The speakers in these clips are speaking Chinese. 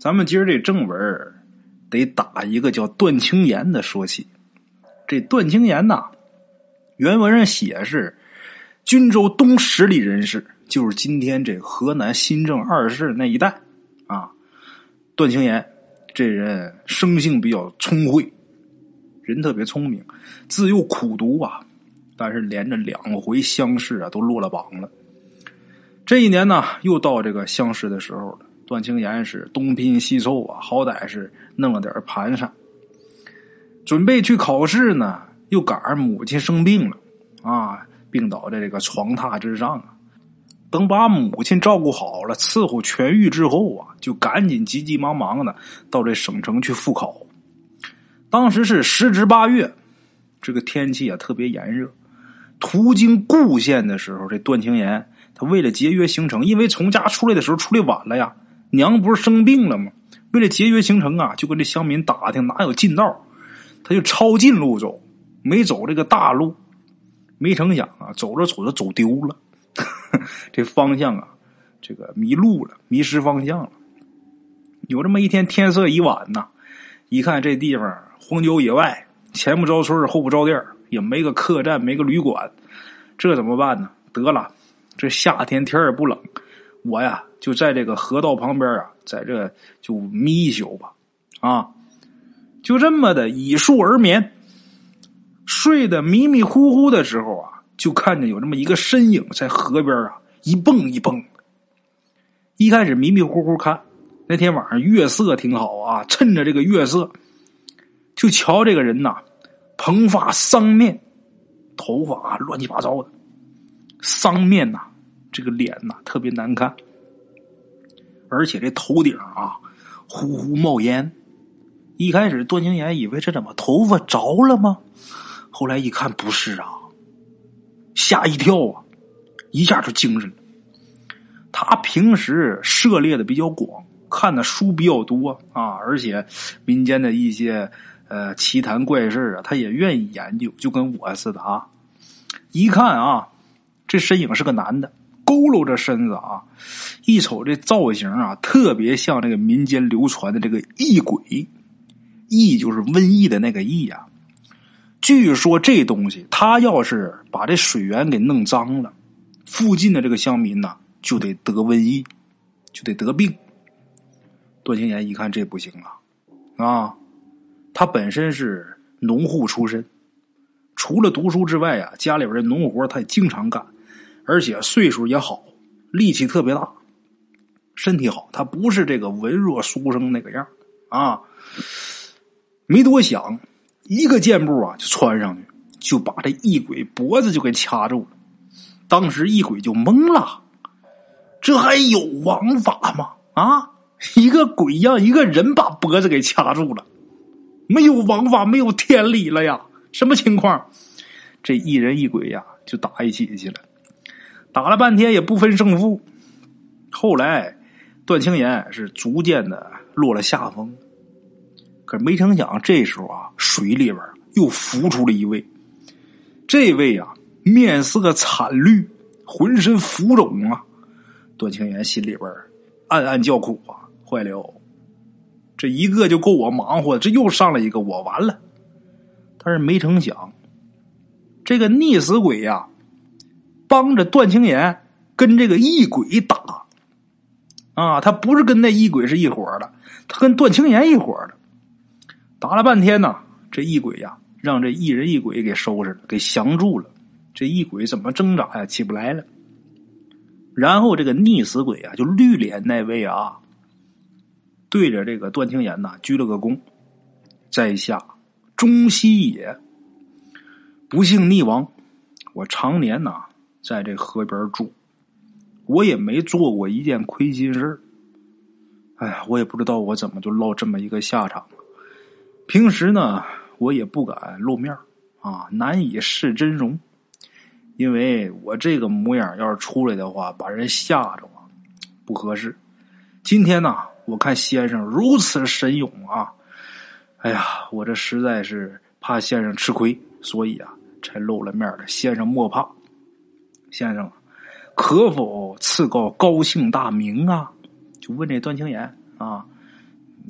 咱们今儿这正文得打一个叫段青言的说起。这段青言呐，原文上写是均州东十里人士，就是今天这河南新郑2市那一带啊。段青言这人生性比较聪慧，人特别聪明，自幼苦读啊，但是连着2回乡试啊都落了榜了。这一年呢，又到这个乡试的时候了。段青言是东拼西凑啊，好歹是弄了点盘缠。准备去考试呢，又赶上母亲生病了啊，病倒在这个床榻之上啊。等把母亲照顾好了，伺候痊愈之后啊，就赶紧急急忙忙的到这省城去复考。当时是时值8月，这个天气啊特别炎热。途经固县的时候，这段青言他为了节约行程，因为从家出来的时候出来晚了呀，娘不是生病了吗？为了节约行程啊，就跟这乡民打听哪有近道，他就抄近路走，没走这个大路。没成想啊，走着走着走丢了，这方向啊，这个迷路了，迷失方向了。有这么一天，天色已晚呐，一看这地方荒郊野外，前不着村后不着店，也没个客栈，没个旅馆，这怎么办呢？得了，这夏天天也不冷，我呀就在这个河道旁边啊，在这就眯一宿吧。啊，就这么的倚树而眠。睡得迷迷糊糊的时候啊，就看见有这么一个身影在河边啊一蹦一蹦。一开始迷迷糊糊看，那天晚上月色挺好啊，趁着这个月色，就瞧这个人呐，蓬发桑面，头发啊乱七八糟的，桑面呐，这个脸呐特别难看，而且这头顶啊呼呼冒烟。一开始段青言以为这怎么头发着了吗？后来一看不是啊，吓一跳啊，一下就精神了。他平时涉猎的比较广，看的书比较多啊，而且民间的一些奇谈怪事啊，他也愿意研究，就跟我似的啊。一看啊，这身影是个男的，佝偻着身子啊，一瞅这造型啊，特别像这个民间流传的这个异鬼。疫就是瘟疫的那个疫啊。据说这东西他要是把这水源给弄脏了，附近的这个乡民呢就得得瘟疫，就得得病。段青言一看这不行啊，他本身是农户出身，除了读书之外啊，家里边的农活他也经常干，而且岁数也好，力气特别大，身体好，他不是这个文弱书生那个样啊。没多想，一个箭步啊就穿上去，就把这异鬼脖子就给掐住了。当时异鬼就懵了，这还有王法吗？啊，一个鬼让一个人把脖子给掐住了，没有王法，没有天理了呀！什么情况？这一人一鬼呀就打一起去了，打了半天也不分胜负。后来段青言是逐渐的落了下风。可是没成想，这时候啊，水里边又浮出了一位。这位啊，面色惨绿，浑身浮肿啊。段青言心里边暗暗叫苦啊，坏了，这一个就够我忙活，这又上来一个，我完了。但是没成想，这个溺死鬼呀，帮着段青言跟这个异鬼打啊，他不是跟那异鬼是一伙的，他跟段青言一伙的。打了半天呢，这异鬼呀，让这一人一鬼给收拾了，给降住了。这异鬼怎么挣扎呀，起不来了。然后这个溺死鬼啊，就绿脸那位啊，对着这个段青言呐鞠了个躬，在下中西也，不幸溺亡。我常年呐在这河边住，我也没做过一件亏心事。哎呀，我也不知道我怎么就落这么一个下场。平时呢，我也不敢露面啊，难以示真容，因为我这个模样要是出来的话，把人吓着啊，不合适。今天呢，我看先生如此神勇啊，哎呀，我这实在是怕先生吃亏，所以啊，才露了面的。先生莫怕，先生可否赐告高姓大名啊？就问这段青言啊。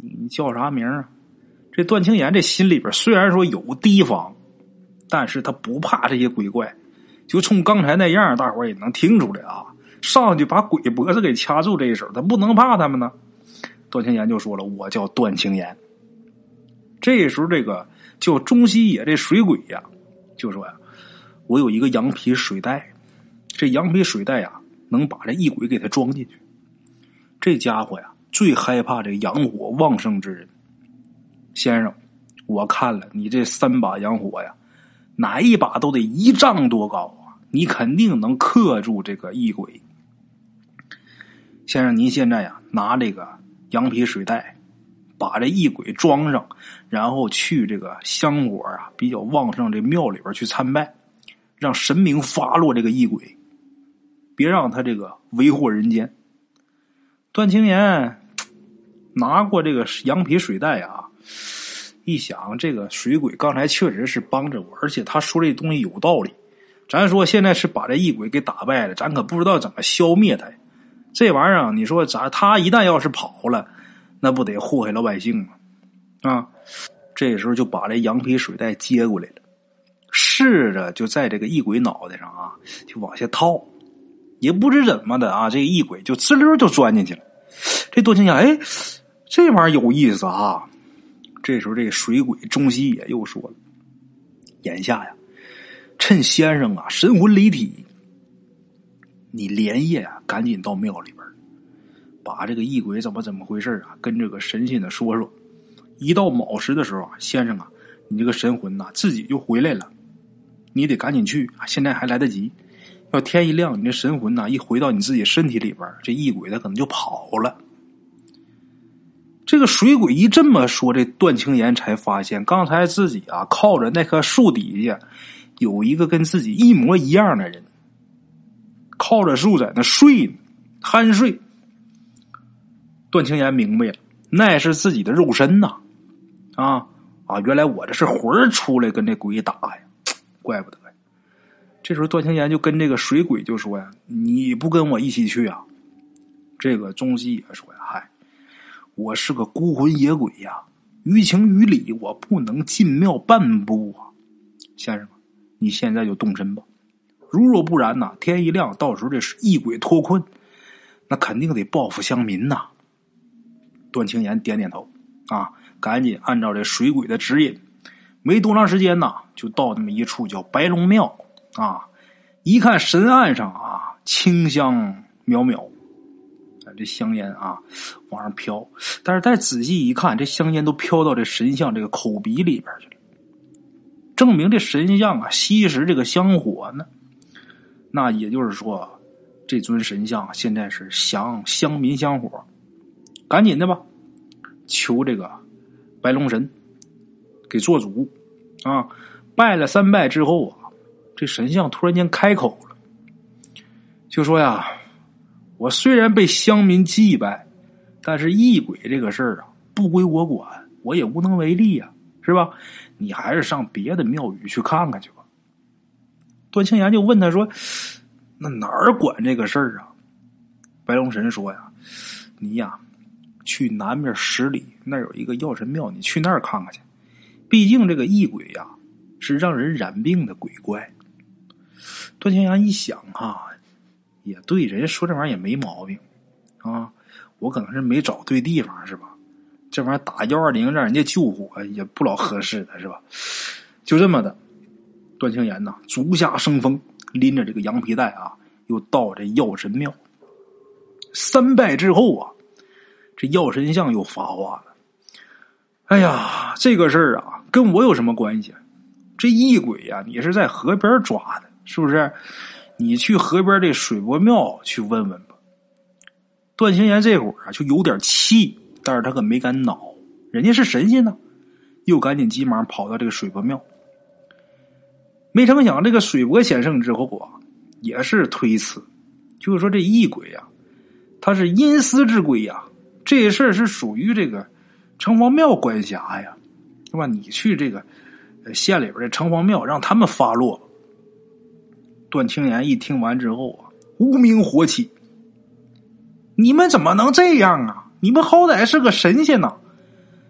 你叫啥名啊？这段青岩这心里边虽然说有提防，但是他不怕这些鬼怪，就冲刚才那样，大伙儿也能听出来啊。上去把鬼脖子给掐住这一手，他不能怕他们呢。段青岩就说了：“我叫段青岩。”这时候，这个叫中西野这水鬼呀，就说呀：“我有一个羊皮水袋，这羊皮水袋呀，能把这异鬼给他装进去。这家伙呀，最害怕这阳火旺盛之人。先生，我看了你这3把阳火呀，哪一把都得1丈多高啊！你肯定能克住这个异鬼。先生，您现在呀，拿这个羊皮水袋，把这异鬼装上，然后去这个香火啊比较旺盛这庙里边去参拜，让神明发落这个异鬼，别让他这个为祸人间。”段青岩拿过这个羊皮水袋啊，一想这个水鬼刚才确实是帮着我，而且他说这东西有道理。咱说现在是把这异鬼给打败了，咱可不知道怎么消灭他呀。这玩意儿你说他一旦要是跑了，那不得祸害老百姓吗？啊，这时候就把这羊皮水袋接过来了，试着就在这个异鬼脑袋上啊就往下套，也不知怎么的啊，这个异鬼就滋溜就钻进去了。这段青岩，这玩意儿有意思啊！这时候这个水鬼中西野又说了：“眼下呀，趁先生啊神魂离体，你连夜啊赶紧到庙里边，把这个异鬼怎么回事啊跟这个神仙的说说。一到卯时的时候啊，先生啊，你这个神魂呐自己就回来了，你得赶紧去啊，现在还来得及。要天一亮，你这神魂呐一回到你自己身体里边，这异鬼他可能就跑了。”这个水鬼一这么说，这段青岩才发现刚才自己啊靠着那棵树底下有一个跟自己一模一样的人，靠着树在那睡呢，酣睡。段青岩明白了，那是自己的肉身呐！原来我这是魂儿出来跟这鬼打呀，怪不得呀。这时候段青岩就跟这个水鬼就说呀：“你不跟我一起去啊？”这个中西也说呀：“嗨，我是个孤魂野鬼呀，于情于理我不能进庙半步啊。先生，你现在就动身吧，如若不然呐，天一亮，到时候这异鬼脱困，那肯定得报复乡民呐。”段青岩点点头啊，赶紧按照这水鬼的指引，没多长时间呐，就到那么一处叫白龙庙啊。一看神案上啊，清香渺渺，这香烟啊往上飘，但是再仔细一看，这香烟都飘到这神像这个口鼻里边去了，证明这神像啊吸食这个香火呢。那也就是说，这尊神像现在是香民香火。赶紧的吧，求这个白龙神给做主啊！拜了3拜之后啊，这神像突然间开口了，就说呀：“我虽然被乡民祭拜，但是异鬼这个事儿啊，不归我管，我也无能为力呀，是吧？你还是上别的庙宇去看看去吧。”段青岩就问他说：“那哪儿管这个事儿啊？”白龙神说呀：“你呀，去南面10里，那儿有一个药神庙，你去那儿看看去。毕竟这个异鬼呀，是让人染病的鬼怪。”段青岩一想啊，也对，人家说这玩意儿也没毛病啊，我可能是没找对地方，是吧？这玩意儿打120让人家救火也不老合适的，是吧？就这么的，段青岩呐，足下生风，拎着这个羊皮袋啊，又到这药神庙。3拜之后啊，这药神像又发话了：“哎呀，这个事儿啊，跟我有什么关系？这异鬼呀，你是在河边抓的，是不是？你去河边这水泊庙去问问吧。”段青岩这会儿啊，就有点气，但是他可没敢恼，人家是神仙呢，又赶紧急忙跑到这个水泊庙。没成想，这个水泊先生之后啊，也是推辞，就是说这异鬼啊，他是阴司之鬼呀，这事儿是属于这个城隍庙管辖呀，是吧？你去这个县里边的城隍庙，让他们发落。段青岩一听完之后啊，无名火起：“你们怎么能这样啊？你们好歹是个神仙呐！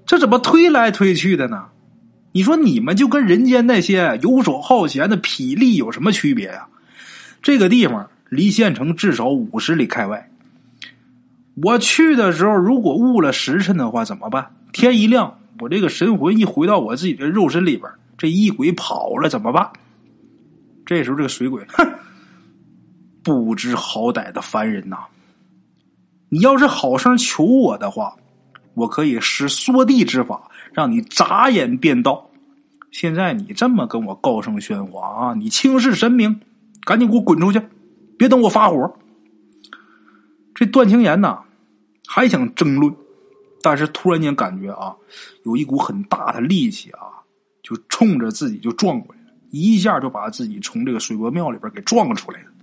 这怎么推来推去的呢？你说你们就跟人间那些游手好闲的痞吏有什么区别呀？这个地方离县城至少50里开外。我去的时候如果误了时辰的话怎么办？天一亮，我这个神魂一回到我自己的肉身里边，这异鬼跑了怎么办？这时候这个水鬼，哼，不知好歹的凡人呐！你要是好生求我的话，我可以施缩地之法，让你眨眼变道。现在你这么跟我高声喧哗啊，你轻视神明，赶紧给我滚出去，别等我发火。这段青岩呐，还想争论，但是突然间感觉啊，有一股很大的力气啊，就冲着自己就撞过来了，一下就把自己从这个水泊庙里边给撞出来了。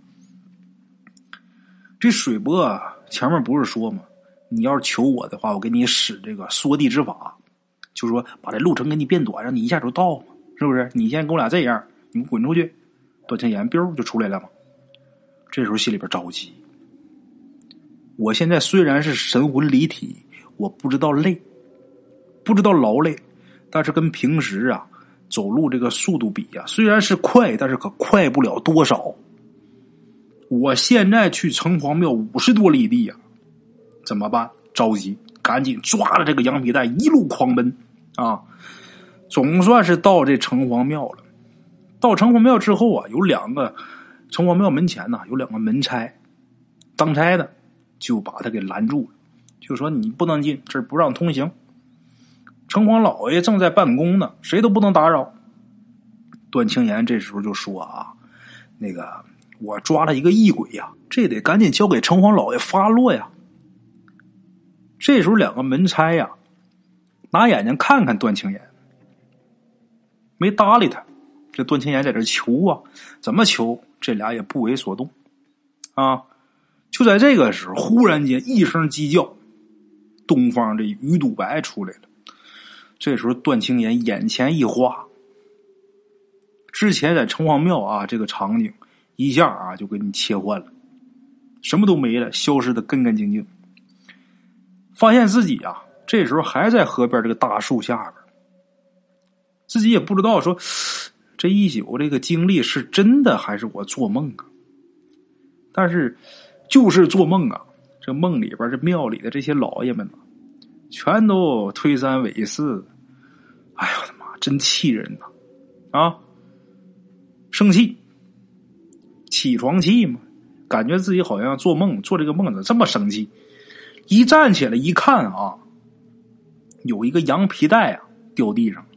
这水泊啊，前面不是说吗？你要是求我的话，我给你使这个缩地之法，就是说把这路程给你变短，让你一下就到嘛，是不是？你现在跟我俩这样，你滚出去，段青岩biu就出来了嘛。这时候心里边着急，我现在虽然是神魂离体，我不知道累，不知道劳累，但是跟平时啊走路这个速度比啊，虽然是快，但是可快不了多少。我现在去城隍庙50多里地啊，怎么办？着急，赶紧抓着这个羊皮带一路狂奔啊！总算是到这城隍庙了。到城隍庙之后啊，有两个城隍庙门前呢，有2个门差，当差的就把他给拦住了，就说你不能进，这儿不让通行。城隍老爷正在办公呢，谁都不能打扰。段青岩这时候就说啊，那个我抓了一个异鬼呀，这得赶紧交给城隍老爷发落呀。这时候2个门差呀，拿眼睛看看段青岩，没搭理他。这段青岩在这求啊，怎么求这俩也不为所动啊。就在这个时候，忽然间一声鸡叫，东方这于笃白出来了。这时候段青岩眼前一花，之前在城隍庙啊这个场景一下啊就给你切换了，什么都没了，消失的干干净净。发现自己啊这时候还在河边这个大树下边，自己也不知道说这一宿这个经历是真的还是我做梦啊。但是就是做梦啊，这梦里边这庙里的这些老爷们啊，全都推三尾四，哎呦我的妈，真气人呐！啊，生气，起床气嘛，感觉自己好像做梦，做这个梦怎么这么生气？一站起来一看啊，有一个羊皮带啊掉地上，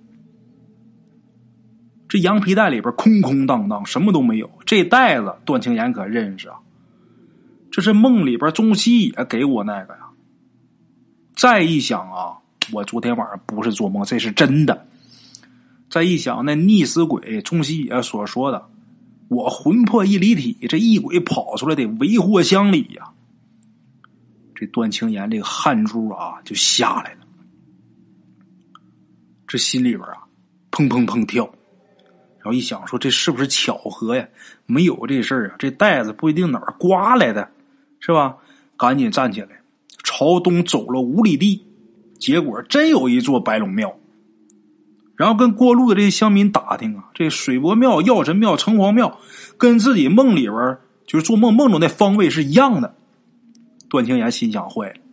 这羊皮带里边空空荡荡，什么都没有。这袋子段青岩可认识啊，这是梦里边钟西也给我那个呀。再一想啊，我昨天晚上不是做梦，这是真的。再一想那溺死鬼钟西也所说的，我魂魄一离体，这异鬼跑出来得为祸乡里呀。这段青岩这个汗珠啊就下来了，这心里边啊砰砰砰跳，然后一想说这是不是巧合呀？没有这事儿啊，这袋子不一定哪儿刮来的，是吧？赶紧站起来，朝东走了5里地，结果真有一座白龙庙。然后跟过路的这些乡民打听啊，这水泊庙、药神庙、城隍庙跟自己梦里边就是做梦中那方位是一样的。段青岩心想坏了，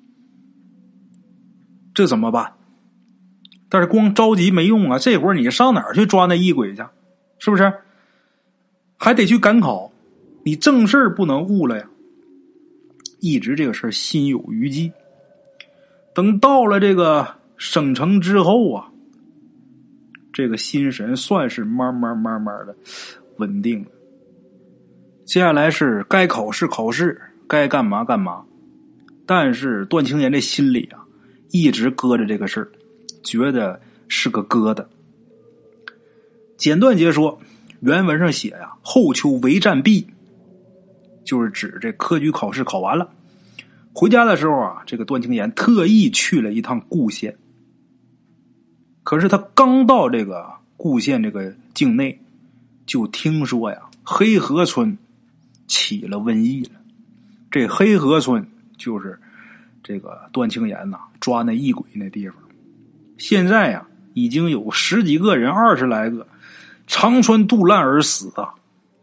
这怎么办？但是光着急没用啊，这会儿你上哪儿去抓那异鬼去？是不是？还得去赶考，你正事不能误了呀。一直这个事心有余悸。等到了这个省城之后啊，这个心神算是慢慢的稳定了。接下来是该考试考试，该干嘛干嘛。但是段青岩这心里啊一直搁着这个事儿，觉得是个疙瘩。简短截说，原文上写呀，后秋为战毕，就是指这科举考试考完了，回家的时候啊，这个段青岩特意去了一趟固县。可是他刚到这个固县这个境内，就听说呀，黑河村起了瘟疫了。这黑河村就是这个段青岩抓那异鬼那地方。 现在呀，已经有10几个人，20来个肠穿肚烂而死啊！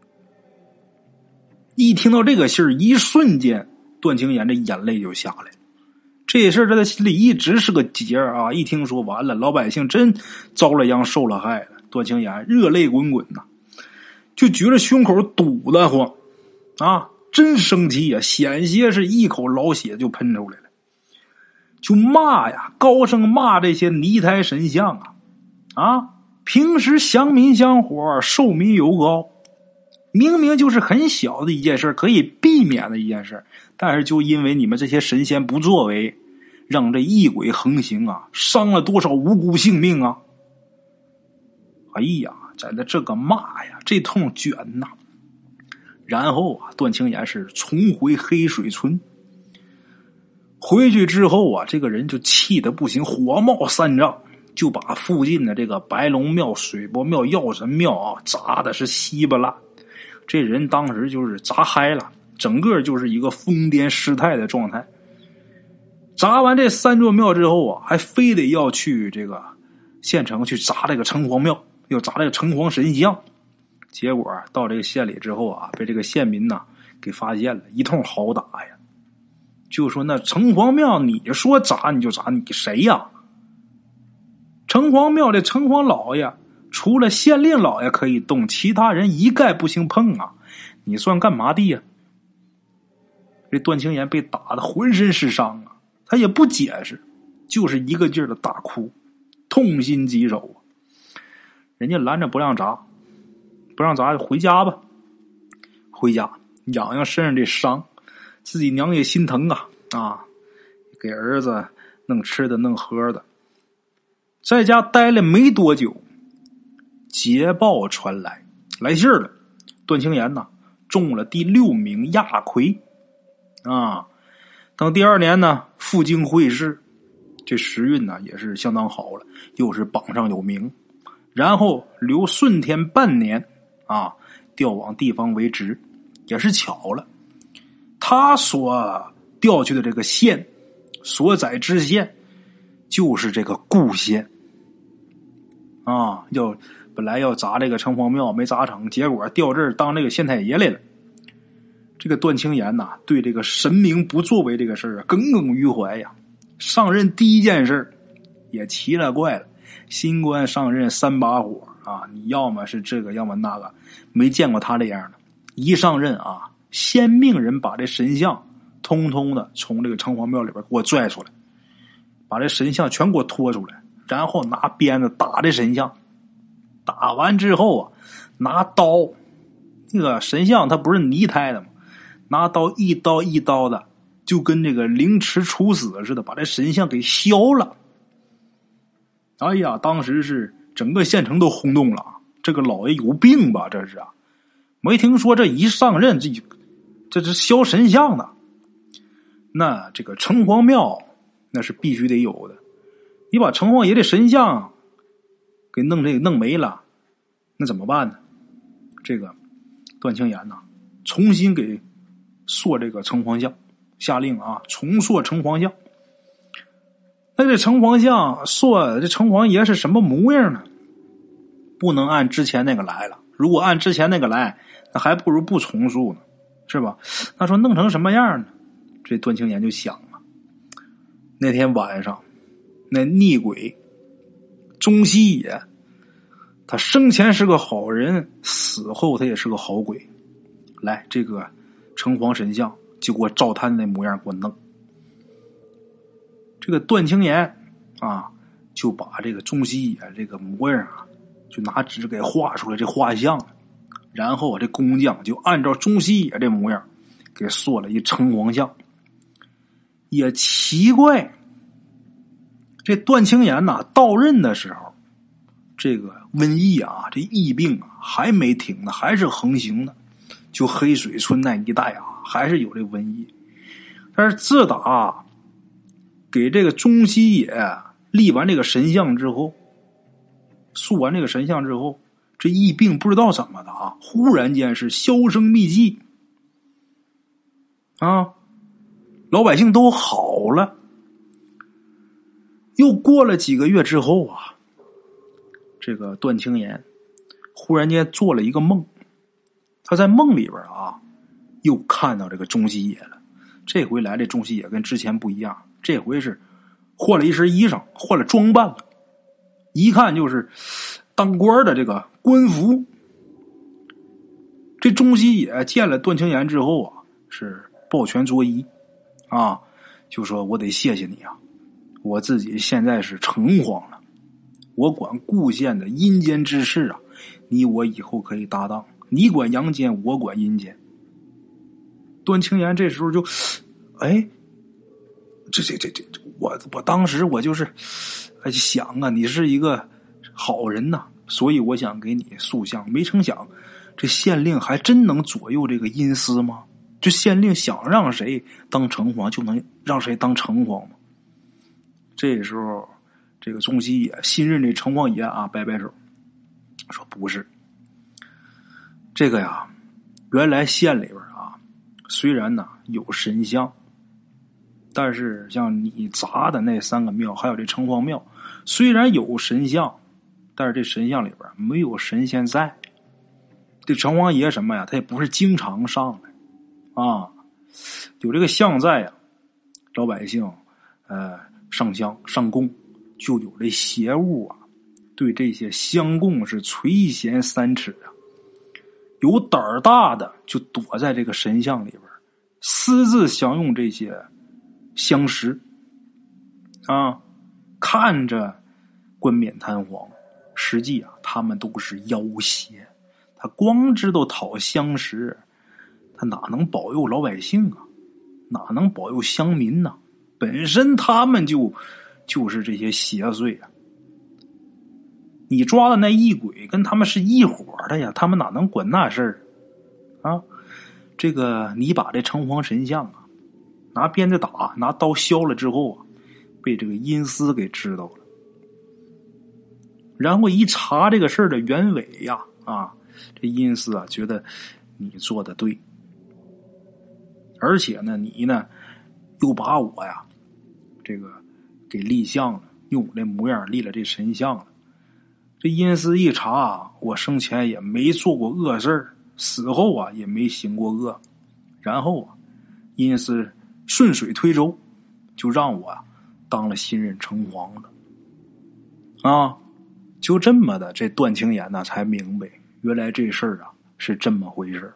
一听到这个信儿，一瞬间，段青岩这眼泪就下来。这事儿在他心里一直是个结啊！一听说完了，老百姓真遭了殃受了害了，段青岩热泪滚滚呐，就觉得胸口堵得慌啊！真生气呀，险些是一口老血就喷出来了，就骂呀，高声骂这些泥胎神像啊！平时乡民香火，寿民有高，明明就是很小的一件事，可以避免的一件事，但是就因为你们这些神仙不作为，让这异鬼横行啊，伤了多少无辜性命啊！哎呀，在这个骂呀，这通卷呐！然后啊，段青岩是重回黑水村。回去之后啊，这个人就气得不行，火冒三丈，就把附近的这个白龙庙、水泊庙、药神庙啊砸的是稀巴烂。这人当时就是砸嗨了，整个就是一个疯癫失态的状态。砸完这3座庙之后啊，还非得要去这个县城去砸这个城隍庙，要砸这个城隍神像。结果到这个县里之后啊，被这个县民呐给发现了，一通好打呀。就说那城隍庙你说砸你就砸，你谁呀？城隍庙的城隍老爷除了县令老爷可以动，其他人一概不行碰啊！你算干嘛的呀？这段青岩被打得浑身是伤啊，他也不解释，就是一个劲儿的大哭，痛心疾首啊！人家拦着不让砸，不让砸就回家吧。回家养养身上这伤，自己娘也心疼啊，给儿子弄吃的弄喝的。在家待了没多久，捷报传来，来信了。段青岩中了第6名亚魁啊。等第2年呢，赴京会试，这时运也是相当好了，又是榜上有名。然后留顺天半年啊，调往地方为职，也是巧了。他所调去的这个县，所在知县，就是这个固县啊。本来要砸这个城隍庙没砸成，结果调这儿当这个县太爷来了。这个段青岩对这个神明不作为这个事儿耿耿于怀呀。上任第一件事也奇了怪了，新官上任3把火啊，你要么是这个，要么那个，没见过他这样的。一上任啊，先命人把这神像通通的从这个城隍庙里边给我拽出来，把这神像全给我拖出来，然后拿鞭子打这神像。打完之后啊，拿刀，那个神像它不是泥胎的吗？拿刀一刀一刀的，就跟这个凌迟处死似的，把这神像给削了。哎呀，当时是整个县城都轰动了，这个老爷有病吧？这是啊，没听说这一上任这是削神像的。那这个城隍庙那是必须得有的，你把城隍爷的神像给弄没了，那怎么办呢？这个段青岩重新给塑这个城隍像，下令重塑城隍像。那这城隍像塑这城隍爷是什么模样呢？不能按之前那个来了，如果按之前那个来，那还不如不重塑呢，是吧？那说弄成什么样呢？这段青岩就想了，那天晚上那逆鬼中西野，他生前是个好人，死后他也是个好鬼。来，这个城隍神像就给我照他那模样给我弄。这个段青岩就把这个中西野这个模样就拿纸给画出来这画像，然后这工匠就按照中西野这模样给塑了一城隍像。也奇怪，这段青岩到任的时候，这个瘟疫这疫病还没停呢，还是横行呢。就黑水村那一带还是有这瘟疫。但是自打给这个中西野立完这个神像之后，塑完这个神像之后，这疫病不知道怎么的忽然间是销声匿迹老百姓都好了。 又过了几个月之后啊，这个段青岩忽然间做了一个梦，他在梦里边啊，又看到这个中西野了。这回来这中西野跟之前不一样，这回是换了一身衣裳，换了装扮了，一看就是当官的这个官服。这中西野见了段青岩之后啊，是抱拳作揖啊，就说我得谢谢你啊，我自己现在是城隍了，我管故县的阴间之事啊，你我以后可以搭档，你管阳间，我管阴间。段青岩这时候就，我当时我就是想啊，你是一个好人呐，所以我想给你塑像，没成想这县令还真能左右这个阴司吗？这县令想让谁当城隍就能让谁当城隍吗？这时候这个中西野新任这城隍爷啊摆摆手说不是，这个呀原来县里边啊虽然呢有神像，但是像你砸的那3个庙还有这城隍庙虽然有神像，但是这神像里边没有神仙在。这城隍爷什么呀，他也不是经常上来啊，有这个像在呀，老百姓上香上供，就有这邪物啊对这些香供是垂涎3尺啊。有胆儿大的就躲在这个神像里边私自享用这些香食啊，看着冠冕堂皇，实际啊他们都是妖邪，他光知道讨香食，他哪能保佑老百姓啊，哪能保佑乡民呢？本身他们就是这些邪祟啊，你抓的那异鬼跟他们是一伙的呀，他们哪能管那事儿啊？这个你把这城隍神像啊拿鞭子打，拿刀削了之后啊，被这个阴司给知道了，然后一查这个事儿的原委呀，这阴司啊觉得你做的对，而且呢你呢又把我呀这个给立像了，用我这模样立了这神像了。这阴司一查，我生前也没做过恶事儿，死后啊也没行过恶，然后啊阴司顺水推舟，就让我当了新任城隍了就这么的，这段青岩呢才明白，原来这事儿啊是这么回事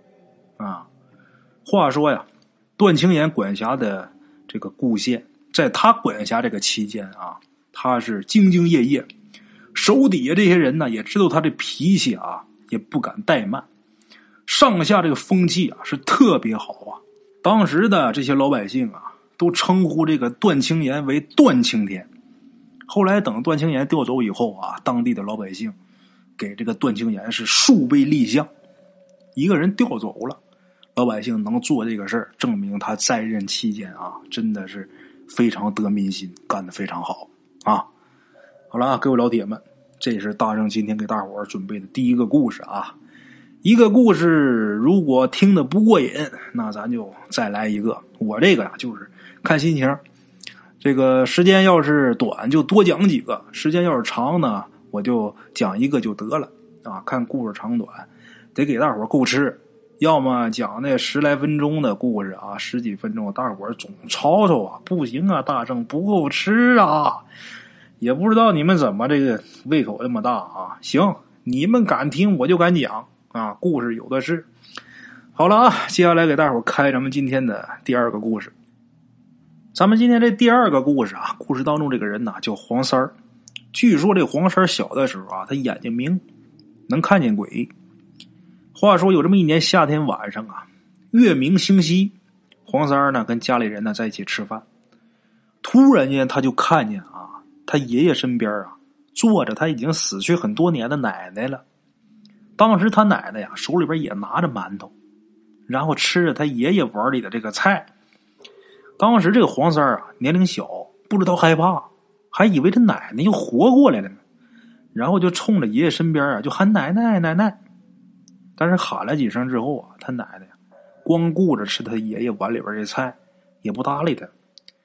话说呀，段青岩管辖的这个顾县，在他管辖这个期间啊，他是兢兢业业，手底下这些人呢也知道他这脾气啊，也不敢怠慢，上下这个风气啊是特别好啊。当时的这些老百姓啊，都称呼这个段青岩为段青天。后来等段青岩调走以后啊，当地的老百姓给这个段青岩是数倍立像。一个人调走了，老百姓能做这个事儿，证明他在任期间啊，真的是非常得民心，干得非常好啊。好了各位老铁们，这是大圣今天给大伙儿准备的第一个故事啊。一个故事如果听得不过瘾，那咱就再来一个。我这个呀就是看心情，这个时间要是短就多讲几个，时间要是长呢我就讲一个就得了看故事长短得给大伙儿够吃，要么讲那10来分钟的故事10几分钟，大伙儿总吵吵不行大圣不够吃也不知道你们怎么这个胃口这么大行，你们敢听我就敢讲故事有的是。好了接下来给大伙儿开咱们今天的第二个故事。咱们今天这第二个故事故事当中这个人叫黄三儿。据说这黄三儿小的时候他眼睛明，能看见鬼。话说有这么一年夏天晚上月明星稀，黄三儿呢跟家里人呢在一起吃饭，突然间他就看见他爷爷身边坐着他已经死去很多年的奶奶了。当时他奶奶手里边也拿着馒头，然后吃着他爷爷碗里的这个菜。当时这个黄三儿年龄小，不知道害怕，还以为这奶奶又活过来了呢，然后就冲着爷爷身边就喊奶奶奶奶。但是喊了几声之后他奶奶光顾着吃他爷爷碗里边这菜，也不搭理他。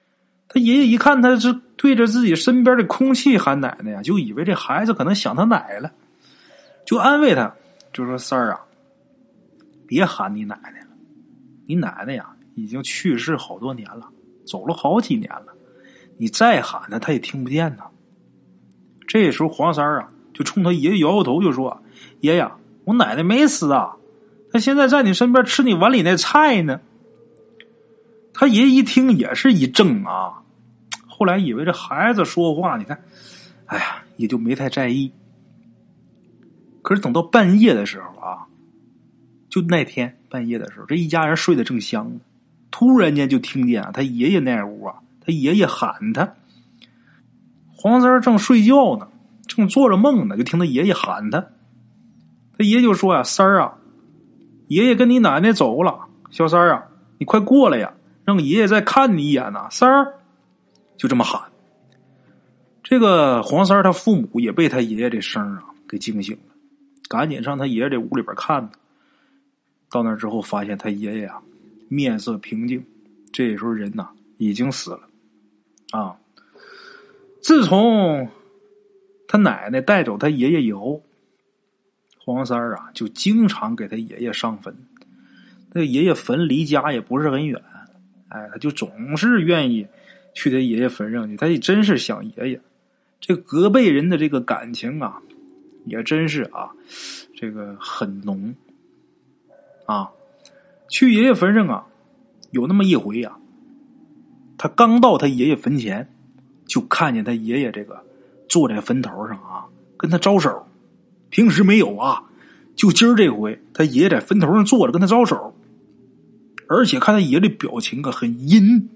他爷爷一看他是对着自己身边的空气喊奶奶呀，就以为这孩子可能想他奶了，就安慰他，就说三儿啊，别喊你奶奶了，你奶奶呀已经去世好多年了，走了好几年了，你再喊他也听不见呢。这时候黄三儿啊就冲他爷爷摇摇头，就说爷爷，我奶奶没死啊，他现在在你身边吃你碗里那菜呢。他爷爷一听也是一怔啊，后来以为这孩子说话，你看哎呀也就没太在意。可是等到半夜的时候啊，就那天半夜的时候，这一家人睡得正香呢，突然间就听见他爷爷那屋啊，他爷爷喊他。黄三儿正睡觉呢，正做着梦呢，就听他爷爷喊他。他爷爷就说呀，三儿啊，爷爷跟你奶奶走了，小三儿啊，你快过来呀，让爷爷再看你一眼呐，三儿。就这么喊。这个黄三儿他父母也被他爷爷这声啊给惊醒了，赶紧上他爷爷这屋里边看呢。到那之后发现他爷爷啊面色平静，这时候人呐已经死了啊。自从他奶奶带走他爷爷以后，黄三儿啊就经常给他爷爷上坟。他爷爷坟离家也不是很远，哎，他就总是愿意去他爷爷坟上去，他也真是想爷爷。这隔辈人的这个感情啊也真是啊这个很浓啊。去爷爷坟上啊有那么一回啊，他刚到他爷爷坟前，就看见他爷爷这个坐在坟头上啊跟他招手。平时没有啊，就今儿这回他爷爷在坟头上坐着跟他招手，而且看他爷爷的表情啊很阴，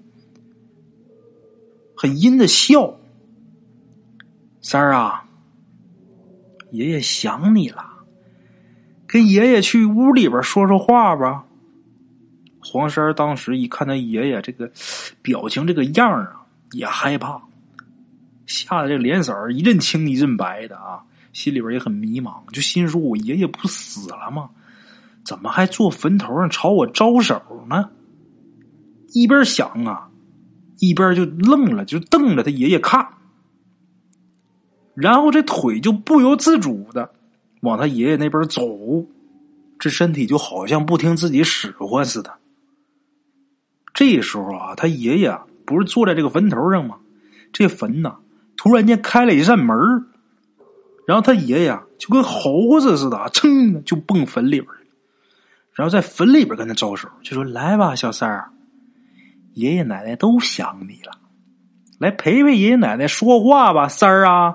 很阴的笑。三儿啊，爷爷想你了，跟爷爷去屋里边说说话吧。黄三儿当时一看他爷爷这个表情这个样啊，也害怕，吓得这脸色一阵青一阵白的啊，心里边也很迷茫，就心说我爷爷不死了吗？怎么还坐坟头上朝我招手呢？一边想啊，一边就愣了，就瞪着他爷爷看，然后这腿就不由自主的往他爷爷那边走，这身体就好像不听自己使唤似的。这时候啊，他爷爷不是坐在这个坟头上吗？这坟呢突然间开了一扇门，然后他爷爷就跟猴子似的噌就蹦坟里边，然后在坟里边跟他招手，就说来吧小三儿，爷爷奶奶都想你了，来陪陪爷爷奶奶说话吧三儿啊。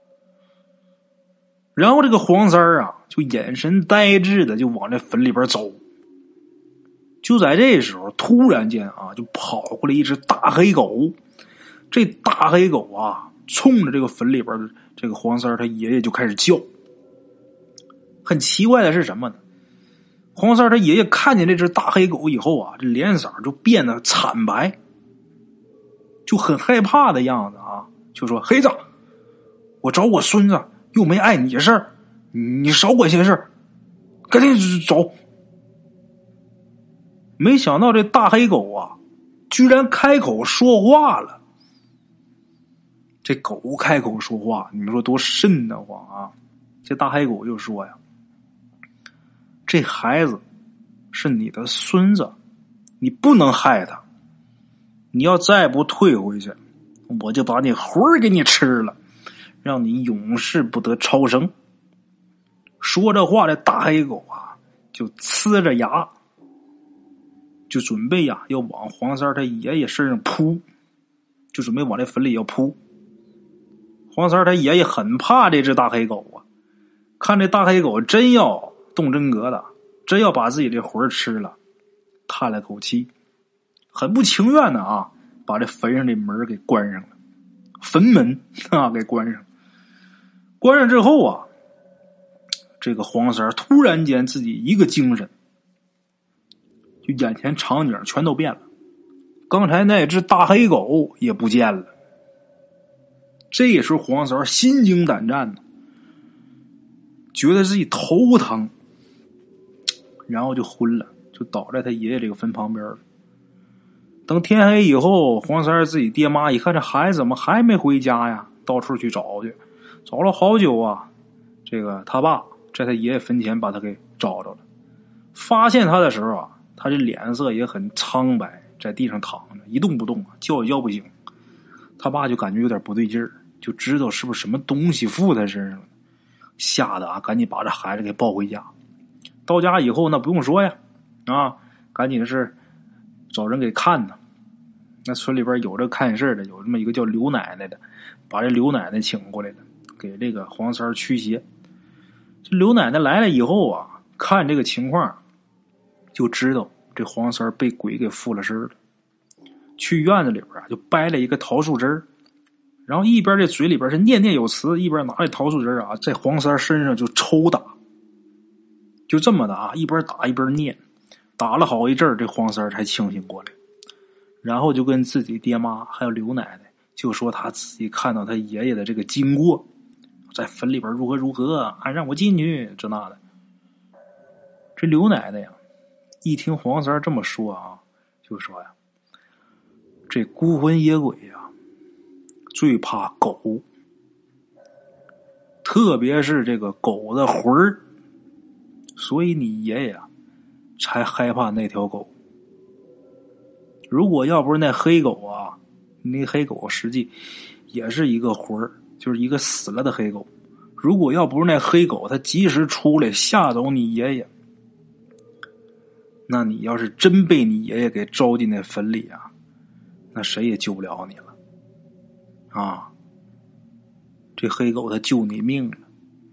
然后这个黄三儿啊就眼神呆滞的就往这坟里边走。就在这时候突然间啊就跑过来一只大黑狗。这大黑狗啊冲着这个坟里边的这个黄三儿他爷爷就开始叫。很奇怪的是什么呢？黄三儿他爷爷看见这只大黑狗以后啊，这脸色就变得惨白，就很害怕的样子啊，就说黑子，我找我孙子又没碍你事儿，你少管闲事，赶紧走。没想到这大黑狗啊居然开口说话了。这狗开口说话，你们说多瘆得慌啊。这大黑狗就说呀，这孩子是你的孙子，你不能害他，你要再不退回去，我就把你魂儿给你吃了，让你永世不得超生。说这话，这大黑狗啊就呲着牙，就准备呀要往黄三儿他爷爷身上扑，就准备往这坟里要扑。黄三儿他爷爷很怕这只大黑狗啊，看这大黑狗真要动真格的，真要把自己这魂吃了，叹了口气，很不情愿的啊把这坟上这门给关上了，坟门啊给关上。关上之后啊，这个黄三儿突然间自己一个精神，就眼前场景全都变了，刚才那只大黑狗也不见了。这时候黄三儿心惊胆战的，觉得自己头疼，然后就昏了，就倒在他爷爷这个坟旁边了。 等天黑以后，黄三儿自己爹妈一看这孩子怎么还没回家呀，到处去找去，找了好久啊。这个他爸在他爷爷坟前把他给找着了，发现他的时候啊，他这脸色也很苍白，在地上躺着一动不动，叫也叫不醒。他爸就感觉有点不对劲儿，就知道是不是什么东西附他身上了，吓得啊赶紧把这孩子给抱回家。到家以后那不用说呀，啊赶紧是找人给看呢。那村里边有这看事的，有这么一个叫刘奶奶的，把这刘奶奶请过来了，给这个黄三儿驱邪。这刘奶奶来了以后啊，看这个情况就知道这黄三儿被鬼给附了身了。去院子里边啊，就掰了一个桃树枝儿，然后一边这嘴里边是念念有词，一边拿着桃树枝啊，在黄三儿身上就抽打，就这么的啊，一边打一边念，打了好一阵儿，这黄三儿才清醒过来，然后就跟自己爹妈还有刘奶奶就说他自己看到他爷爷的这个经过，在坟里边如何如何啊，让我进去这那的。这刘奶奶呀，一听黄三儿这么说啊，就说呀，这孤魂野鬼呀，最怕狗，特别是这个狗的魂儿，所以你爷爷啊才害怕那条狗。如果要不是那黑狗啊，那黑狗实际也是一个魂儿，就是一个死了的黑狗。如果要不是那黑狗，它及时出来吓走你爷爷，那你要是真被你爷爷给招进那坟里啊，那谁也救不了你了啊！这黑狗他救你命了。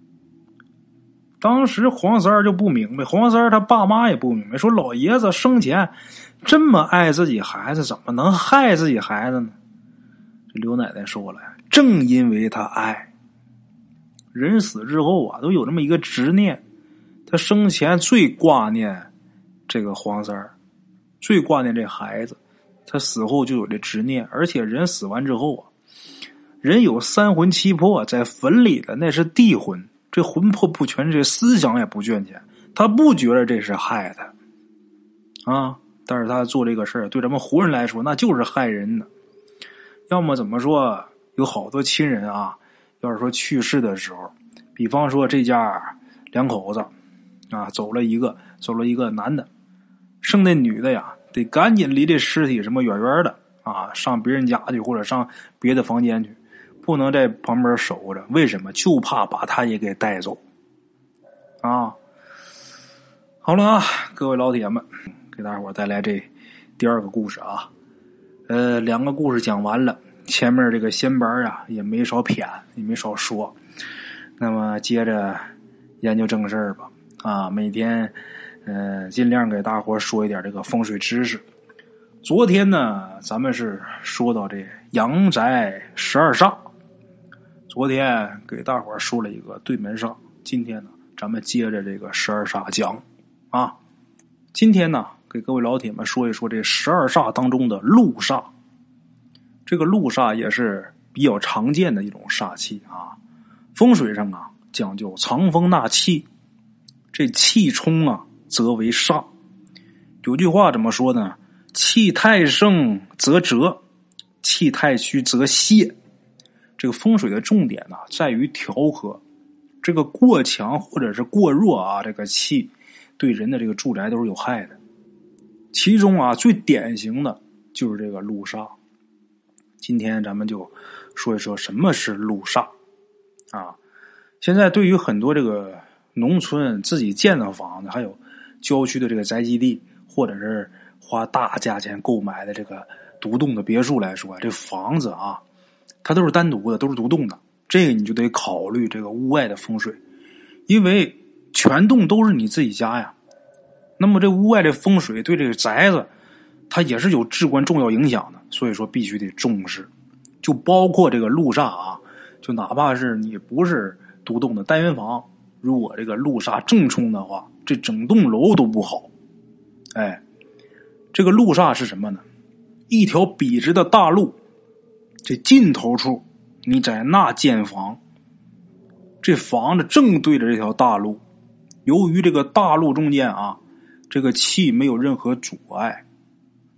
当时黄三儿就不明白，黄三儿他爸妈也不明白，说老爷子生前这么爱自己孩子，怎么能害自己孩子呢？这刘奶奶说了，正因为他爱，人死之后啊都有这么一个执念，他生前最挂念这个黄三儿，最挂念这孩子，他死后就有这执念。而且人死完之后啊，人有三魂七魄，在坟里的那是地魂，这魂魄不全，这思想也不倦浅，他不觉得这是害他啊。但是他做这个事儿对咱们活人来说那就是害人的。要么怎么说，有好多亲人啊，要是说去世的时候，比方说这家两口子啊，走了一个男的，剩那女的呀得赶紧离这尸体什么远远的啊，上别人家去或者上别的房间去，不能在旁边守着。为什么？就怕把他也给带走啊。好了啊，各位老铁们，给大伙带来这第二个故事啊。两个故事讲完了，前面这个先班啊也没少谝，也没少说。那么接着研究正事儿吧啊，每天尽量给大伙说一点这个风水知识。昨天呢咱们是说到这阳宅12煞，昨天给大伙说了一个对门煞，今天呢咱们接着这个12煞讲啊。今天呢给各位老铁们说一说这12煞当中的禄煞。这个禄煞也是比较常见的一种煞气啊。风水上啊讲究藏风纳气，这气冲啊则为煞。有句话怎么说呢？气太盛则折，气太虚则泄。这个风水的重点呢在于调和，这个过强或者是过弱啊，这个气对人的这个住宅都是有害的。其中啊最典型的就是这个禄煞。今天咱们就说一说什么是禄煞啊。现在对于很多这个农村自己建的房子，还有郊区的这个宅基地，或者是花大价钱购买的这个独栋的别墅来说，这房子啊它都是单独的，都是独栋的，这个你就得考虑这个屋外的风水，因为全栋都是你自己家呀。那么这屋外的风水对这个宅子它也是有至关重要影响的，所以说必须得重视。就包括这个禄煞啊，就哪怕是你不是独栋的单元房，如果这个禄煞正冲的话，这整栋楼都不好。哎，这个禄煞是什么呢？一条笔直的大路，这尽头处你在那建房，这房子正对着这条大路，由于这个大路中间啊这个气没有任何阻碍，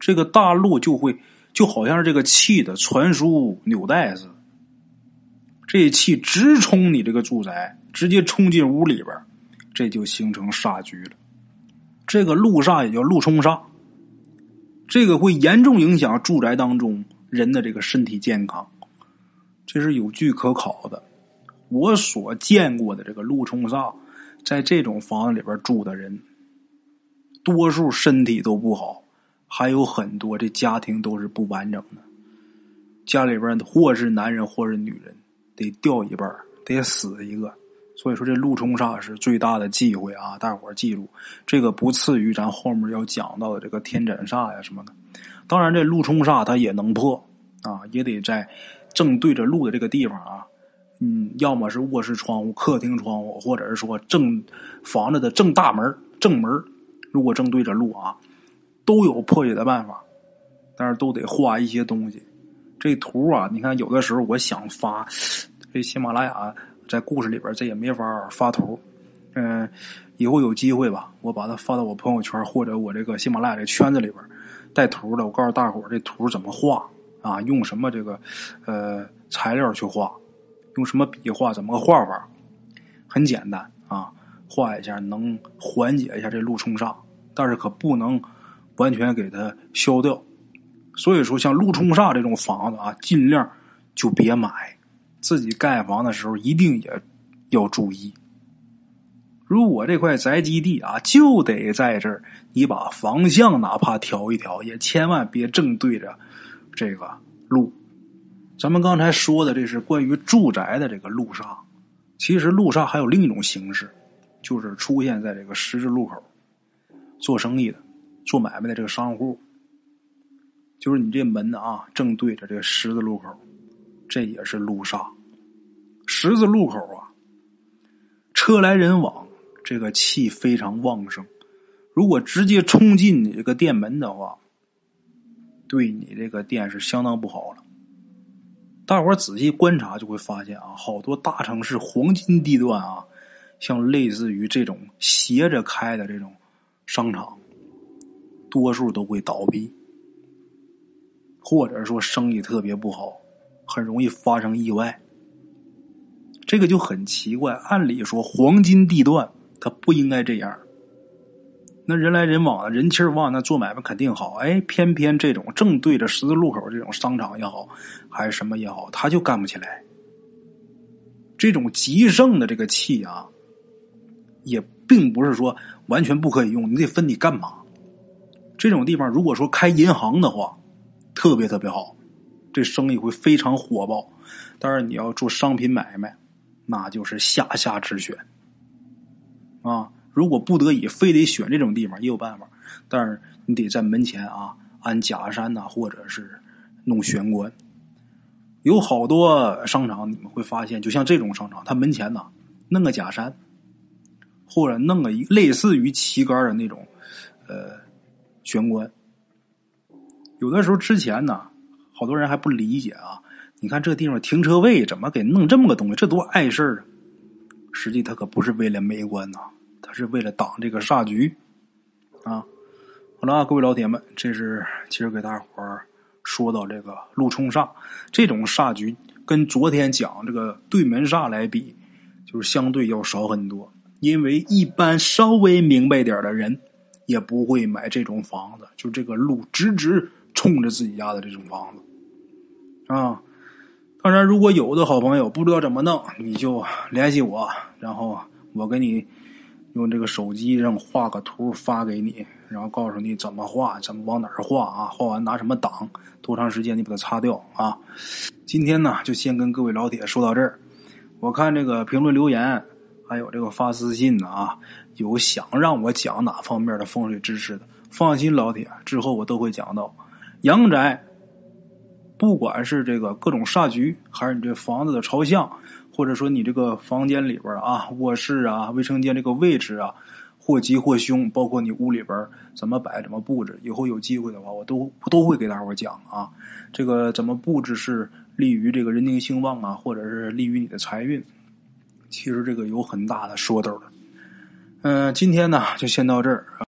这个大路就好像是这个气的传输纽带似的，这气直冲你这个住宅，直接冲进屋里边，这就形成煞局了。这个路煞也叫路冲煞，这个会严重影响住宅当中人的这个身体健康，这是有据可考的。我所见过的这个路冲煞，在这种房子里边住的人，多数身体都不好，还有很多这家庭都是不完整的，家里边或是男人或是女人得掉一半，得死一个。所以说这路冲煞是最大的忌讳啊，大伙儿记住，这个不次于咱后面要讲到的这个天斩煞呀什么的。当然这路冲煞它也能破啊，也得在正对着路的这个地方啊，要么是卧室窗户、客厅窗户，或者是说房子的正大门、正门，如果正对着路啊，都有破解的办法，但是都得画一些东西。这图啊，你看有的时候我想发这喜马拉雅在故事里边，这也没法发图。以后有机会吧，我把它发到我朋友圈或者我这个喜马拉雅这圈子里边带图的，我告诉大伙儿这图怎么画啊，用什么这个材料去画，用什么笔画，怎么个画法，很简单啊，画一下能缓解一下这路冲煞，但是可不能完全给它消掉。所以说像路冲煞这种房子啊，尽量就别买，自己盖房的时候一定也要注意。如果这块宅基地啊就得在这儿，你把方向哪怕调一调，也千万别正对着这个路。咱们刚才说的这是关于住宅的这个路煞，其实路煞还有另一种形式，就是出现在这个十字路口，做生意的、做买卖的这个商户，就是你这门啊正对着这个十字路口，这也是路煞。十字路口啊，车来人往，这个气非常旺盛，如果直接冲进你这个店门的话，对你这个店是相当不好了。大伙儿仔细观察就会发现啊，好多大城市黄金地段啊，像类似于这种斜着开的这种商场，多数都会倒闭，或者说生意特别不好，很容易发生意外。这个就很奇怪，按理说黄金地段它不应该这样，那人来人往的，人气旺，那做买卖肯定好。偏偏这种正对着十字路口这种商场也好，还是什么也好，他就干不起来。这种极盛的这个气啊，也并不是说完全不可以用，你得分你干嘛。这种地方如果说开银行的话，特别特别好，这生意会非常火爆。当然你要做商品买卖，那就是下之选啊。如果不得已非得选这种地方也有办法，但是你得在门前啊安假山呐，或者是弄玄关。有好多商场你们会发现，就像这种商场，它门前呐弄个假山，或者弄个类似于旗杆的那种玄关。有的时候之前呢，好多人还不理解啊，你看这地方停车位怎么给弄这么个东西，这多碍事儿啊！实际它可不是为了美观呐，它是为了挡这个煞局啊。好了，各位老铁们，这是今儿给大伙儿说到这个路冲煞，这种煞局跟昨天讲这个对门煞来比，就是相对要少很多。因为一般稍微明白点的人也不会买这种房子，就这个路直冲着自己家的这种房子啊。当然如果有的好朋友不知道怎么弄，你就联系我，然后我给你用这个手机上画个图发给你，然后告诉你怎么画，怎么往哪儿画啊，画完拿什么挡，多长时间你把它擦掉啊。今天呢就先跟各位老铁说到这儿。我看这个评论留言还有这个发私信的啊，有想让我讲哪方面的风水知识的，放心老铁，之后我都会讲到。阳宅不管是这个各种煞局，还是你这房子的朝向，或者说你这个房间里边啊，卧室啊、卫生间这个位置啊，或吉或凶，包括你屋里边怎么摆怎么布置，以后有机会的话我都会给大伙讲啊。这个怎么布置是利于这个人丁兴旺啊，或者是利于你的财运，其实这个有很大的说头的。今天呢就先到这儿。